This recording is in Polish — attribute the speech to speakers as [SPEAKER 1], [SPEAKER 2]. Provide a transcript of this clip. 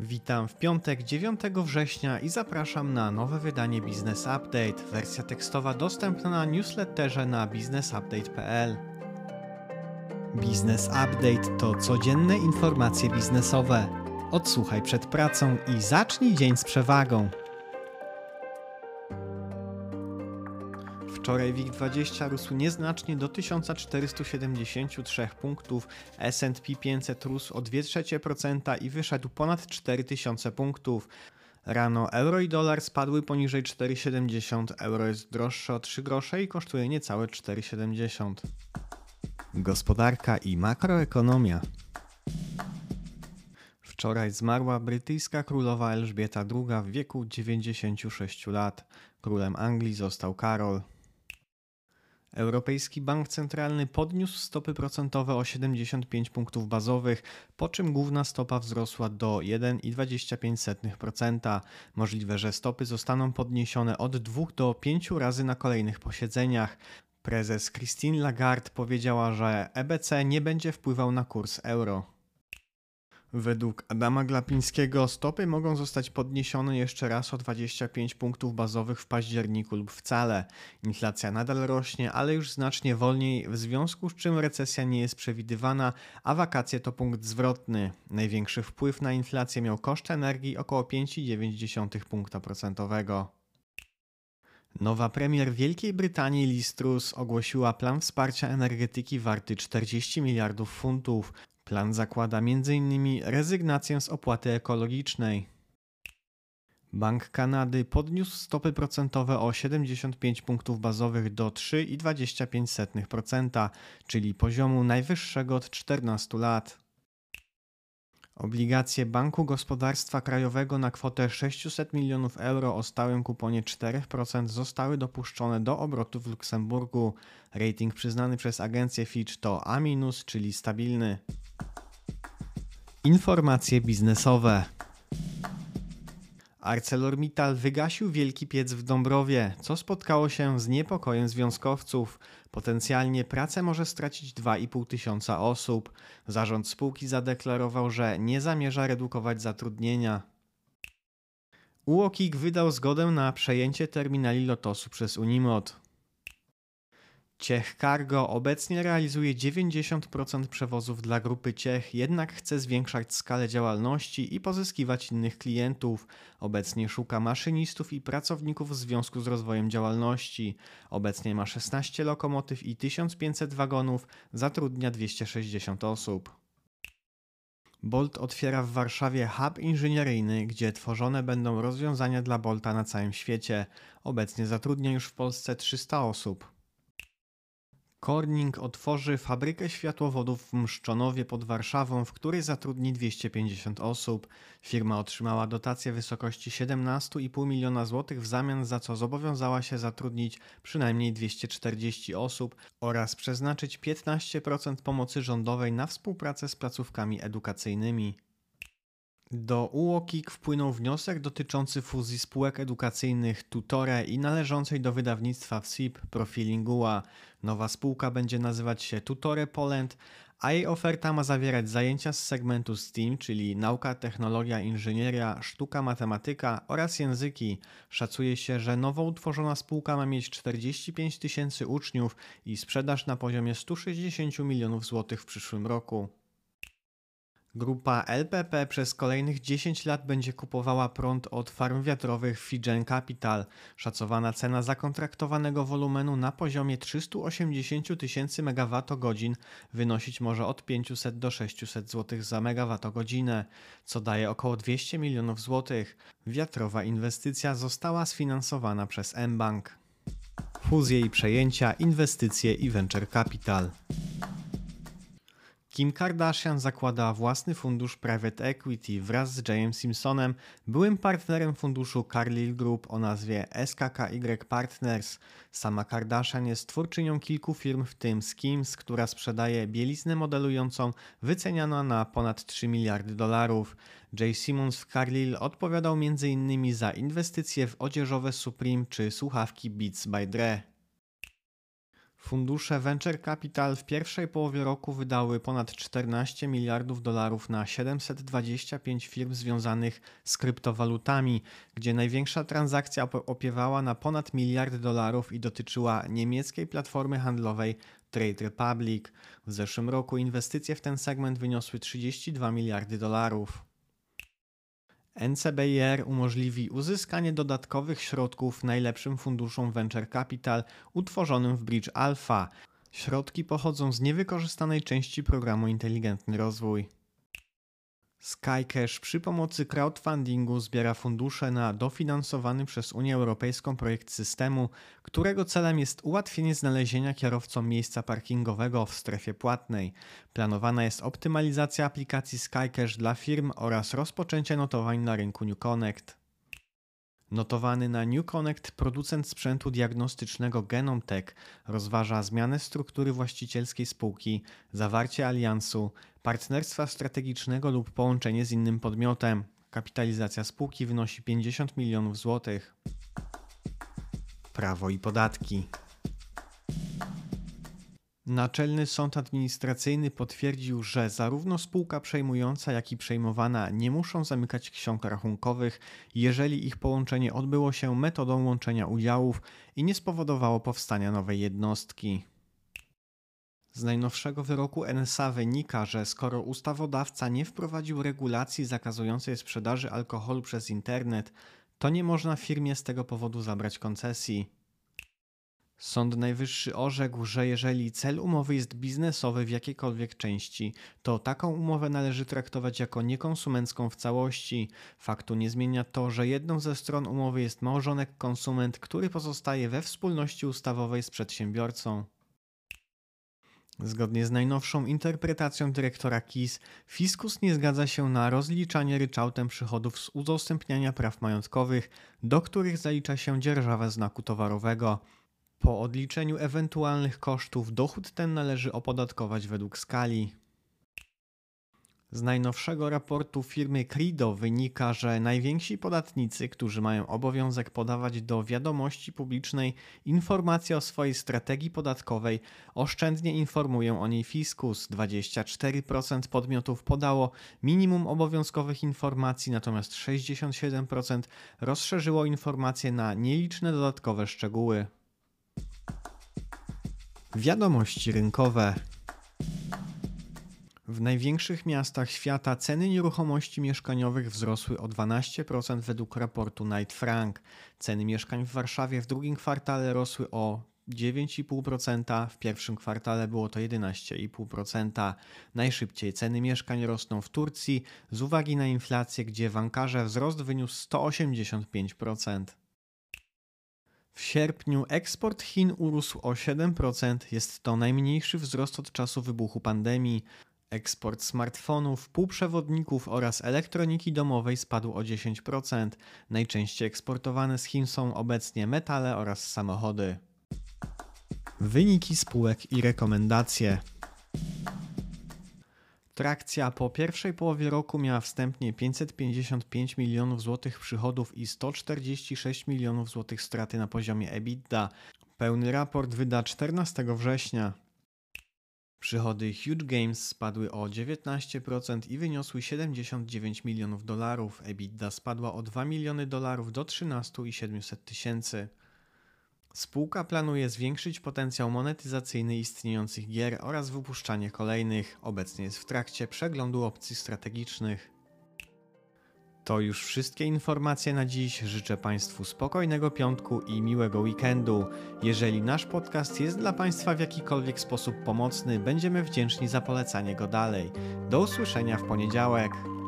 [SPEAKER 1] Witam w piątek 9 września i zapraszam na nowe wydanie Business Update. Wersja tekstowa dostępna na newsletterze na businessupdate.pl. Business Update to codzienne informacje biznesowe. Odsłuchaj przed pracą i zacznij dzień z przewagą. Wczoraj WIG20 rósł nieznacznie do 1473 punktów, S&P 500 rósł o 0,2% i wyszedł ponad 4000 punktów. Rano euro i dolar spadły poniżej 4,70, euro jest droższe o 3 grosze i kosztuje niecałe 4,70. Gospodarka i makroekonomia. Wczoraj zmarła brytyjska królowa Elżbieta II w wieku 96 lat. Królem Anglii został Karol. Europejski Bank Centralny podniósł stopy procentowe o 75 punktów bazowych, po czym główna stopa wzrosła do 1,25%. Możliwe, że stopy zostaną podniesione od 2 do 5 razy na kolejnych posiedzeniach. Prezes Christine Lagarde powiedziała, że EBC nie będzie wpływał na kurs euro. Według Adama Glapińskiego stopy mogą zostać podniesione jeszcze raz o 25 punktów bazowych w październiku lub wcale. Inflacja nadal rośnie, ale już znacznie wolniej, w związku z czym recesja nie jest przewidywana, a wakacje to punkt zwrotny. Największy wpływ na inflację miał koszt energii, około 5,9 punkta procentowego. Nowa premier Wielkiej Brytanii Liz Truss ogłosiła plan wsparcia energetyki warty 40 miliardów funtów. Plan zakłada m.in. rezygnację z opłaty ekologicznej. Bank Kanady podniósł stopy procentowe o 75 punktów bazowych do 3,25%, czyli poziomu najwyższego od 14 lat. Obligacje Banku Gospodarstwa Krajowego na kwotę 600 milionów euro o stałym kuponie 4% zostały dopuszczone do obrotu w Luksemburgu. Rating przyznany przez agencję Fitch to A-, czyli stabilny. Informacje biznesowe. ArcelorMittal wygasił wielki piec w Dąbrowie, co spotkało się z niepokojem związkowców. Potencjalnie pracę może stracić 2,5 tysiąca osób. Zarząd spółki zadeklarował, że nie zamierza redukować zatrudnienia. UOKiK wydał zgodę na przejęcie terminali Lotosu przez Unimod. Ciech Cargo obecnie realizuje 90% przewozów dla grupy Ciech, jednak chce zwiększać skalę działalności i pozyskiwać innych klientów. Obecnie szuka maszynistów i pracowników w związku z rozwojem działalności. Obecnie ma 16 lokomotyw i 1500 wagonów, zatrudnia 260 osób. Bolt otwiera w Warszawie hub inżynieryjny, gdzie tworzone będą rozwiązania dla Bolta na całym świecie. Obecnie zatrudnia już w Polsce 300 osób. Corning otworzy fabrykę światłowodów w Mszczonowie pod Warszawą, w której zatrudni 250 osób. Firma otrzymała dotację w wysokości 17,5 miliona złotych, w zamian za co zobowiązała się zatrudnić przynajmniej 240 osób oraz przeznaczyć 15% pomocy rządowej na współpracę z placówkami edukacyjnymi. Do UOKiK wpłynął wniosek dotyczący fuzji spółek edukacyjnych Tutore i należącej do wydawnictwa WSIP Profilingua. Nowa spółka będzie nazywać się Tutore Poland, a jej oferta ma zawierać zajęcia z segmentu STEAM, czyli nauka, technologia, inżynieria, sztuka, matematyka oraz języki. Szacuje się, że nowo utworzona spółka ma mieć 45 tysięcy uczniów i sprzedaż na poziomie 160 milionów złotych w przyszłym roku. Grupa LPP przez kolejnych 10 lat będzie kupowała prąd od farm wiatrowych Figen Capital. Szacowana cena zakontraktowanego wolumenu na poziomie 380 tysięcy MWh wynosić może od 500 do 600 zł za MWh, co daje około 200 milionów złotych. Wiatrowa inwestycja została sfinansowana przez mBank. Fuzje i przejęcia, inwestycje i venture capital. Kim Kardashian zakłada własny fundusz private equity wraz z Jayem Simpsonem, byłym partnerem funduszu Carlyle Group o nazwie SKKY Partners. Sama Kardashian jest twórczynią kilku firm, w tym Skims, która sprzedaje bieliznę modelującą, wyceniana na ponad 3 miliardy dolarów. Jay Simons w Carlyle odpowiadał m.in. za inwestycje w odzieżowe Supreme czy słuchawki Beats by Dre. Fundusze Venture Capital w pierwszej połowie roku wydały ponad 14 miliardów dolarów na 725 firm związanych z kryptowalutami, gdzie największa transakcja opiewała na ponad $1 miliard i dotyczyła niemieckiej platformy handlowej Trade Republic. W zeszłym roku inwestycje w ten segment wyniosły 32 miliardy dolarów. NCBR umożliwi uzyskanie dodatkowych środków najlepszym funduszom Venture Capital utworzonym w Bridge Alpha. Środki pochodzą z niewykorzystanej części programu Inteligentny Rozwój. Skycash przy pomocy crowdfundingu zbiera fundusze na dofinansowany przez Unię Europejską projekt systemu, którego celem jest ułatwienie znalezienia kierowcom miejsca parkingowego w strefie płatnej. Planowana jest optymalizacja aplikacji Skycash dla firm oraz rozpoczęcie notowań na rynku NewConnect. Notowany na NewConnect producent sprzętu diagnostycznego GenomTech rozważa zmianę struktury właścicielskiej spółki, zawarcie aliansu, partnerstwa strategicznego lub połączenie z innym podmiotem. Kapitalizacja spółki wynosi 50 milionów złotych. Prawo i podatki. Naczelny Sąd Administracyjny potwierdził, że zarówno spółka przejmująca, jak i przejmowana nie muszą zamykać ksiąg rachunkowych, jeżeli ich połączenie odbyło się metodą łączenia udziałów i nie spowodowało powstania nowej jednostki. Z najnowszego wyroku NSA wynika, że skoro ustawodawca nie wprowadził regulacji zakazującej sprzedaży alkoholu przez internet, to nie można firmie z tego powodu zabrać koncesji. Sąd Najwyższy orzekł, że jeżeli cel umowy jest biznesowy w jakiejkolwiek części, to taką umowę należy traktować jako niekonsumencką w całości. Faktu nie zmienia to, że jedną ze stron umowy jest małżonek-konsument, który pozostaje we wspólności ustawowej z przedsiębiorcą. Zgodnie z najnowszą interpretacją dyrektora KIS, fiskus nie zgadza się na rozliczanie ryczałtem przychodów z udostępniania praw majątkowych, do których zalicza się dzierżawę znaku towarowego. Po odliczeniu ewentualnych kosztów dochód ten należy opodatkować według skali. Z najnowszego raportu firmy Credo wynika, że najwięksi podatnicy, którzy mają obowiązek podawać do wiadomości publicznej informacje o swojej strategii podatkowej, oszczędnie informują o niej fiskus. 24% podmiotów podało minimum obowiązkowych informacji, natomiast 67% rozszerzyło informacje na nieliczne dodatkowe szczegóły. Wiadomości rynkowe. W największych miastach świata ceny nieruchomości mieszkaniowych wzrosły o 12% według raportu Knight Frank. Ceny mieszkań w Warszawie w drugim kwartale rosły o 9,5%, w pierwszym kwartale było to 11,5%. Najszybciej ceny mieszkań rosną w Turcji z uwagi na inflację, gdzie w Ankarze wzrost wyniósł 185%. W sierpniu eksport Chin urósł o 7%, jest to najmniejszy wzrost od czasu wybuchu pandemii. Eksport smartfonów, półprzewodników oraz elektroniki domowej spadł o 10%. Najczęściej eksportowane z Chin są obecnie metale oraz samochody. Wyniki spółek i rekomendacje. Trakcja po pierwszej połowie roku miała wstępnie 555 milionów złotych przychodów i 146 milionów złotych straty na poziomie EBITDA. Pełny raport wyda 14 września. Przychody Huge Games spadły o 19% i wyniosły 79 milionów dolarów. EBITDA spadła o 2 miliony dolarów do 13,7 tysięcy. Spółka planuje zwiększyć potencjał monetyzacyjny istniejących gier oraz wypuszczanie kolejnych. Obecnie jest w trakcie przeglądu opcji strategicznych. To już wszystkie informacje na dziś. Życzę Państwu spokojnego piątku i miłego weekendu. Jeżeli nasz podcast jest dla Państwa w jakikolwiek sposób pomocny, będziemy wdzięczni za polecanie go dalej. Do usłyszenia w poniedziałek.